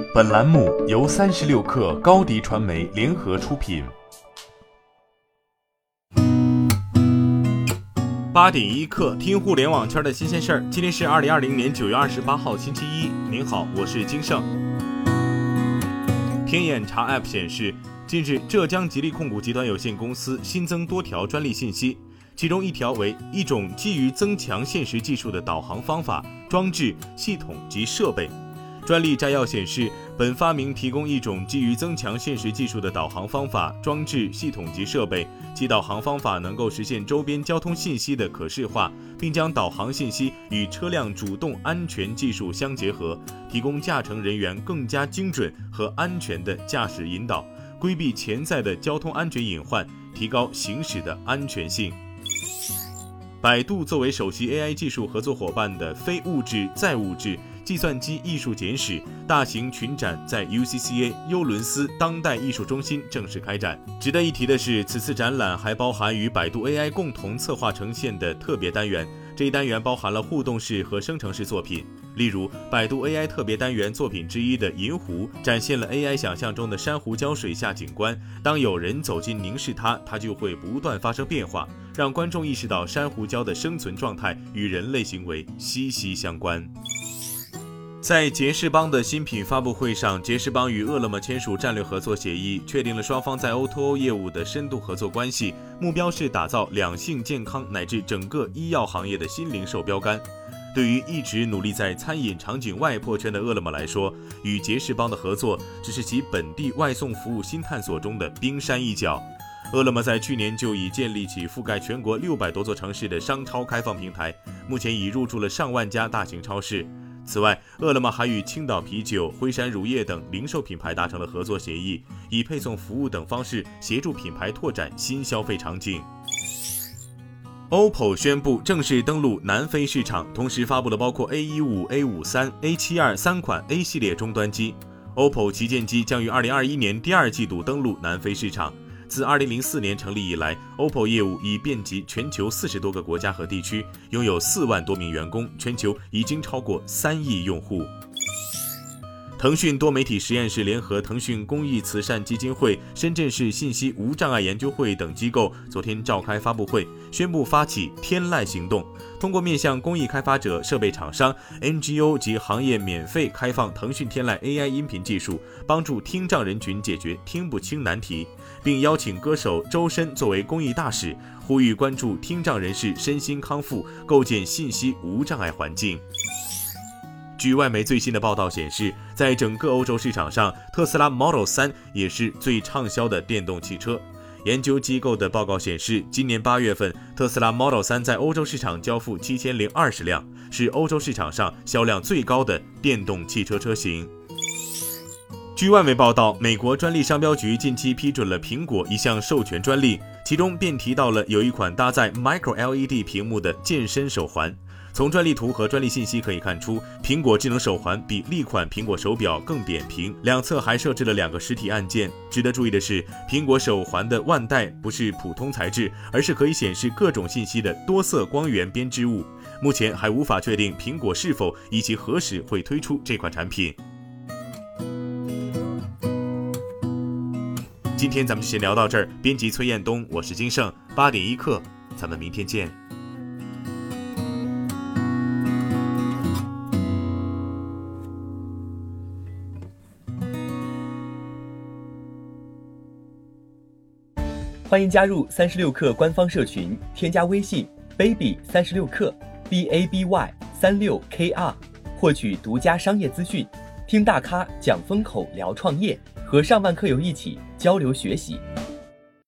本栏目由36氪高迪传媒联合出品。 8点1刻，听互联网圈的新鲜事儿。今天是2020年9月28号，星期一。您好，我是金盛。天眼查 App 显示，近日浙江吉利控股集团有限公司新增多条专利信息，其中一条为一种基于增强现实技术的导航方法、装置、系统及设备。专利摘要显示，本发明提供一种基于增强现实技术的导航方法、装置、系统及设备，其导航方法能够实现周边交通信息的可视化，并将导航信息与车辆主动安全技术相结合，提供驾乘人员更加精准和安全的驾驶引导，规避潜在的交通安全隐患，提高行驶的安全性。百度作为首席 AI 技术合作伙伴的非物质再物质计算机艺术简史大型群展在 UCCA 优伦斯当代艺术中心正式开展。值得一提的是，此次展览还包含与百度 AI 共同策划呈现的特别单元，这一单元包含了互动式和生成式作品。例如，百度 AI 特别单元作品之一的银湖展现了 AI 想象中的珊瑚礁水下景观，当有人走近凝视它，它就会不断发生变化，让观众意识到珊瑚礁的生存状态与人类行为息息相关。在杰士邦的新品发布会上，杰士邦与饿了么签署战略合作协议，确定了双方在 O2O 业务的深度合作关系，目标是打造两性健康乃至整个医药行业的新零售标杆。对于一直努力在餐饮场景外破圈的饿了么来说，与杰士邦的合作只是其本地外送服务新探索中的冰山一角。饿了么在去年就已建立起覆盖全国600多座城市的商超开放平台，目前已入驻了上万家大型超市。此外，饿了么还与青岛啤酒、辉山乳业等零售品牌达成了合作协议，以配送服务等方式协助品牌拓展新消费场景。OPPO 宣布正式登陆南非市场，同时发布了包括 A15、A53、A72 3款 A 系列终端机。OPPO 旗舰机将于2021年第2季度登陆南非市场。自2004年成立以来， OPPO 业务已遍及全球40多个国家和地区，拥有4万多名员工，全球已经超过3亿用户。腾讯多媒体实验室联合腾讯公益慈善基金会、深圳市信息无障碍研究会等机构昨天召开发布会，宣布发起天籁行动，通过面向公益开发者、设备厂商、NGO 及行业免费开放腾讯天籁 AI 音频技术，帮助听障人群解决听不清难题，并邀请歌手周深作为公益大使，呼吁关注听障人士身心康复，构建信息无障碍环境。据外媒最新的报道显示，在整个欧洲市场上，特斯拉 Model 3也是最畅销的电动汽车。研究机构的报告显示，今年8月份，特斯拉 Model 3在欧洲市场交付7020辆，是欧洲市场上销量最高的电动汽车车型。据外媒报道，美国专利商标局近期批准了苹果一项授权专利，其中便提到了有一款搭载 Micro LED 屏幕的健身手环。从专利图和专利信息可以看出，苹果智能手环比另款苹果手表更扁平，两侧还设置了2个实体按键。值得注意的是，苹果手环的腕带不是普通材质，而是可以显示各种信息的多色光源编织物。目前还无法确定苹果是否以及何时会推出这款产品。今天咱们就先聊到这儿，编辑崔彦东，我是金盛，8点1刻，咱们明天见。 欢迎加入36氪官方社群，添加微信 baby36氪 BABY36KR， 获取独家商业资讯，听大咖讲风口聊创业，和上万客友一起交流学习。